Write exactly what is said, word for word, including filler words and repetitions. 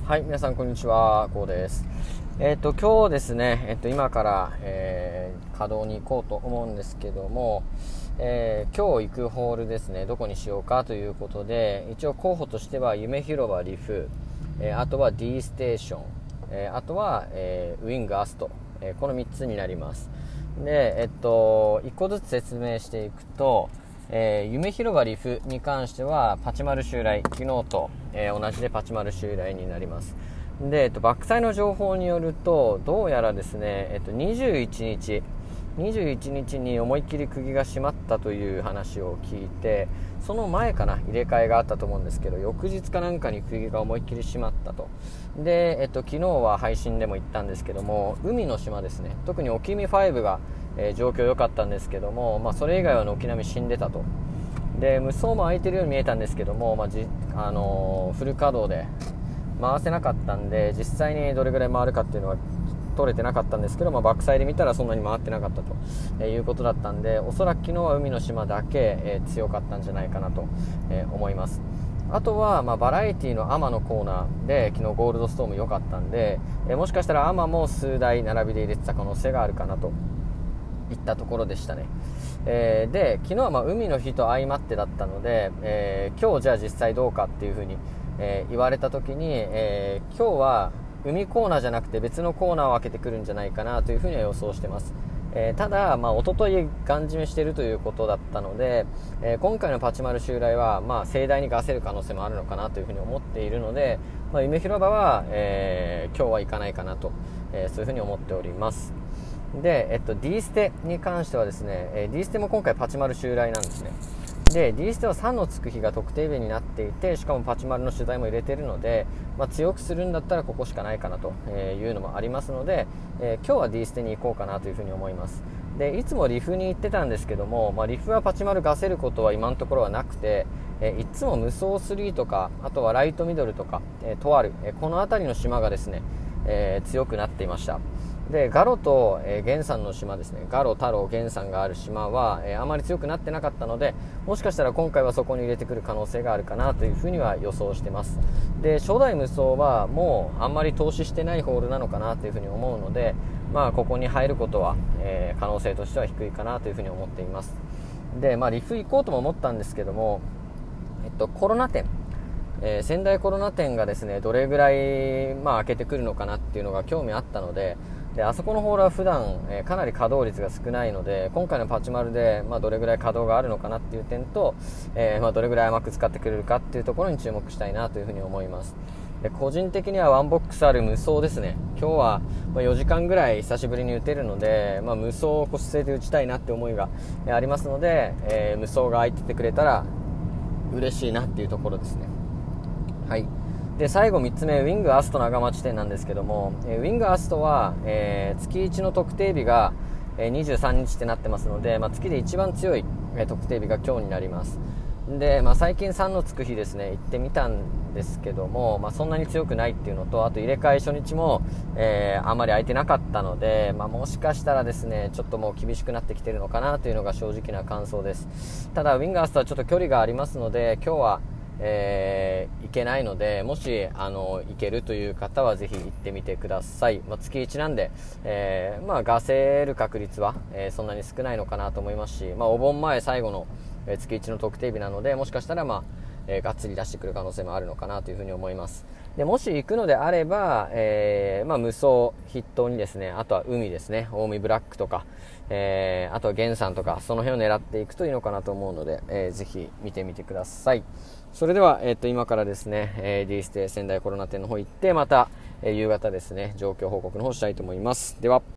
はい、皆さんこんにちは、こうです。えっ、と今日ですね、えっ、と今から、えー、稼働に行こうと思うんですけども、えー、今日行くホールですね、どこにしようかということで、一応候補としては夢広場リフ、えー、あとは D ステーション、えー、あとは、えー、ウィングアスト、えー、このみっつになります。で、えっといっこずつ説明していくと、えー、夢広場リフに関してはパチマル襲来、昨日と、えー、同じでパチマル襲来になります。で、えっと、バックサイの情報によると、どうやらですね、えっと、にじゅういちにちにじゅういちにちに思いっきり釘が閉まったという話を聞いて、その前かな、入れ替えがあったと思うんですけど、翌日かなんかに釘が思いっきり閉まったと。で、えっと、昨日は配信でも言ったんですけども、海の島ですね、特に沖見ファイブが、えー、状況良かったんですけども、まあ、それ以外は軒並み死んでたと。で、無双も空いてるように見えたんですけども、まあじあのー、フル稼働で回せなかったんで、実際にどれぐらい回るかっていうのは取れてなかったんですけど、まあ、バックサイで見たらそんなに回ってなかったと、えー、いうことだったんで、おそらく昨日は海の島だけ、えー、強かったんじゃないかなと、えー、思います。あとは、まあ、バラエティのアマのコーナーで昨日ゴールドストーム良かったんで、えー、もしかしたらアマも数台並びで入れてた可能性があるかなといったところでしたね。えー、で、昨日はまあ海の日と相まってだったので、えー、今日じゃあ実際どうかっていう風に、えー、言われた時に、えー、今日は海コーナーじゃなくて別のコーナーを開けてくるんじゃないかなという風には予想してます。えー、ただ、まあ、一昨日ガン締めしているということだったので、えー、今回のパチマル襲来は、まあ、盛大にガセる可能性もあるのかなというふうに思っているので、まあ、夢広場は、えー、今日は行かないかなと、えー、そういうふうに思っております。で、えっと、D ステに関してはですね、えー、D ステも今回パチマル襲来なんですね。で、D ステはさんのつく日が特定日になっていて、しかもパチマルの取材も入れているので、まあ、強くするんだったらここしかないかなというのもありますので、えー、今日は D ステに行こうかなというふうに思います。で、いつもリフに行ってたんですけども、まあ、リフはパチマルガセることは今のところはなくて、えー、いつも無双スリーとか、あとはライトミドルとか、えー、とある、えー、この辺りの島がですね、えー、強くなっていました。で、ガロと、えー、ゲンさんの島ですね、ガロ、タロ、ゲンさんがある島は、えー、あまり強くなってなかったので、もしかしたら今回はそこに入れてくる可能性があるかなというふうには予想してます。で、初代無双はもうあんまり投資してないホールなのかなというふうに思うので、まあここに入ることは、えー、可能性としては低いかなというふうに思っています。で、まあリフ行こうとも思ったんですけども、えっとコロナ店、えー、仙台コロナ店がですね、どれぐらいまあ開けてくるのかなっていうのが興味あったので、で、あそこのホールは普段、えー、かなり稼働率が少ないので、今回のパチマルで、まあ、どれぐらい稼働があるのかなっていう点と、えーまあ、どれぐらい甘く使ってくれるかっていうところに注目したいなというふうに思います。で、個人的にはワンボックスある無双ですね。今日はよじかんぐらい久しぶりに打てるので、まあ、無双を腰据えて打ちたいなって思いがありますので、えー、無双が空いててくれたら嬉しいなっていうところですね。はい。で、最後みっつめ、ウィングアスト長町店なんですけども、えー、ウィングアストは、えー、月いちの特定日が、えー、にじゅうさんにちってなってますので、まあ、月で一番強い、えー、特定日が今日になります。で、まあ、最近さんのつく日ですね、行ってみたんですけども、まあ、そんなに強くないっていうのと、あと入れ替え初日も、えー、あんまり空いてなかったので、まあ、もしかしたらですね、ちょっともう厳しくなってきてるのかなというのが正直な感想です。ただウィングアストはちょっと距離がありますので、今日はえー、行けないので、もしあの行けるという方はぜひ行ってみてください。まあ、月いちなんで、えー、まあガセる確率は、えー、そんなに少ないのかなと思いますし、まあ、お盆前最後の、えー、月いちの特定日なので、もしかしたらまあ、えー、がっつり出してくる可能性もあるのかなというふうに思います。で、もし行くのであれば、えー、まあ無双筆頭にですね、あとは海ですね、近江ブラックとか、えー、あとは源さんとか、その辺を狙っていくといいのかなと思うので、えー、ぜひ見てみてください。それでは、えっと、今からですね、えー、D ステ仙台コロナ店の方行って、また、えー、夕方ですね、状況報告の方したいと思います。では。